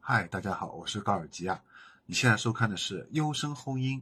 嗨，大家好，我是高尔基啊。你现在收看的是优声轰音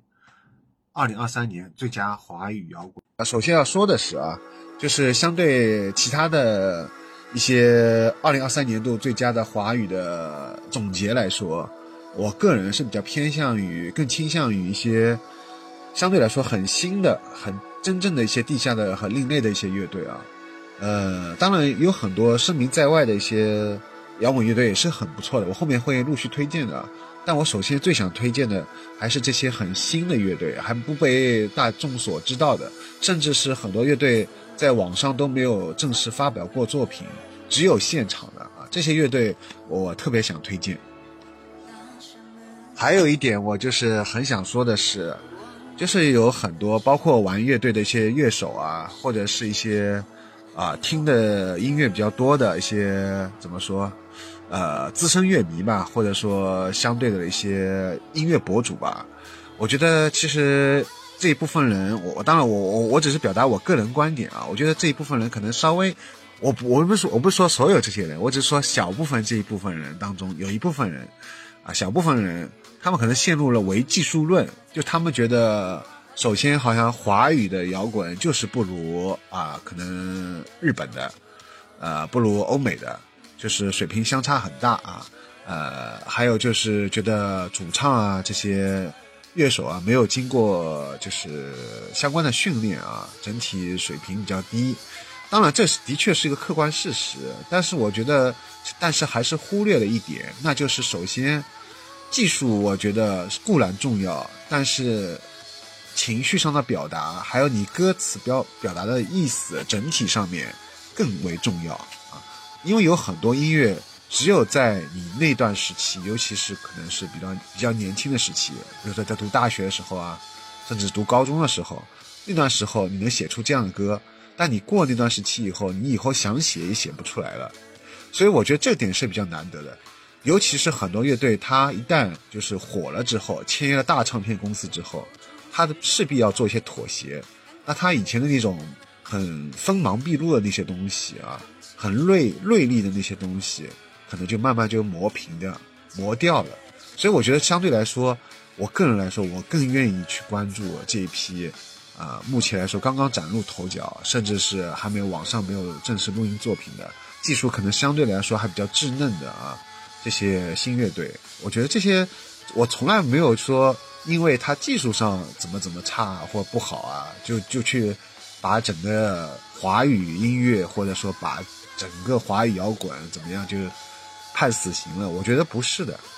2023年最佳华语摇滚。首先要说的是就是相对其他的一些2023年度最佳的华语的总结来说，我个人是比较更倾向于一些相对来说很新的、很真正的一些地下的、很另类的一些乐队啊。当然有很多声名在外的一些摇滚乐队也是很不错的，我后面会陆续推荐的。但我首先最想推荐的还是这些很新的乐队，还不被大众所知道的，甚至是很多乐队在网上都没有正式发表过作品，只有现场的这些乐队我特别想推荐。还有一点我就是很想说的是，就是有很多包括玩乐队的一些乐手或者是一些听的音乐比较多的一些怎么说资深乐迷吧，或者说相对的一些音乐博主吧。我觉得其实这一部分人，当然我只是表达我个人观点我觉得这一部分人可能稍微，我不是说所有这些人，我只是说小部分这一部分人当中有一部分人小部分人他们可能陷入了唯技术论，就他们觉得首先好像华语的摇滚就是不如可能日本的不如欧美的，就是水平相差很大还有就是觉得主唱这些乐手没有经过就是相关的训练整体水平比较低。当然这的确是一个客观事实，但是还是忽略了一点，那就是首先技术我觉得固然重要，但是情绪上的表达还有你歌词表达的意思整体上面更为重要因为有很多音乐只有在你那段时期，尤其是可能是比较年轻的时期，比如说在读大学的时候甚至读高中的时候，那段时候你能写出这样的歌，但你过那段时期以后，你以后想写也写不出来了。所以我觉得这点是比较难得的，尤其是很多乐队它一旦就是火了之后，签约了大唱片公司之后，他势必要做一些妥协，那他以前的那种很锋芒毕露的那些东西很锐利的那些东西，可能就慢慢就磨掉了。所以我觉得相对来说，我个人来说，我更愿意去关注这一批目前来说刚刚崭露头角，甚至是还没有网上没有正式录音作品的，技术可能相对来说还比较稚嫩的这些新乐队。我觉得这些我从来没有说因为他技术上怎么差或不好就去把整个华语音乐或者说把整个华语摇滚怎么样就判死刑了，我觉得不是的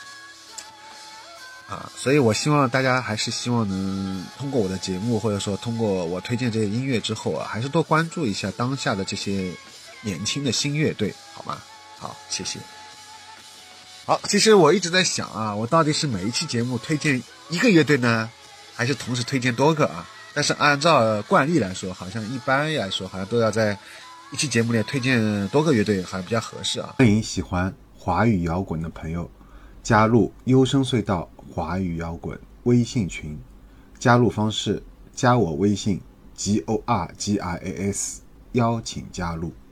所以我希望大家还是希望能通过我的节目或者说通过我推荐这些音乐之后还是多关注一下当下的这些年轻的新乐队，好吗？好，谢谢。好，其实我一直在想我到底是每一期节目推荐一个乐队呢，还是同时推荐多个但是按照惯例来说，好像一般来说好像都要在一期节目里推荐多个乐队还比较合适欢迎喜欢华语摇滚的朋友加入优声隧道华语摇滚微信群，加入方式加我微信 GORGIAS， 邀请加入。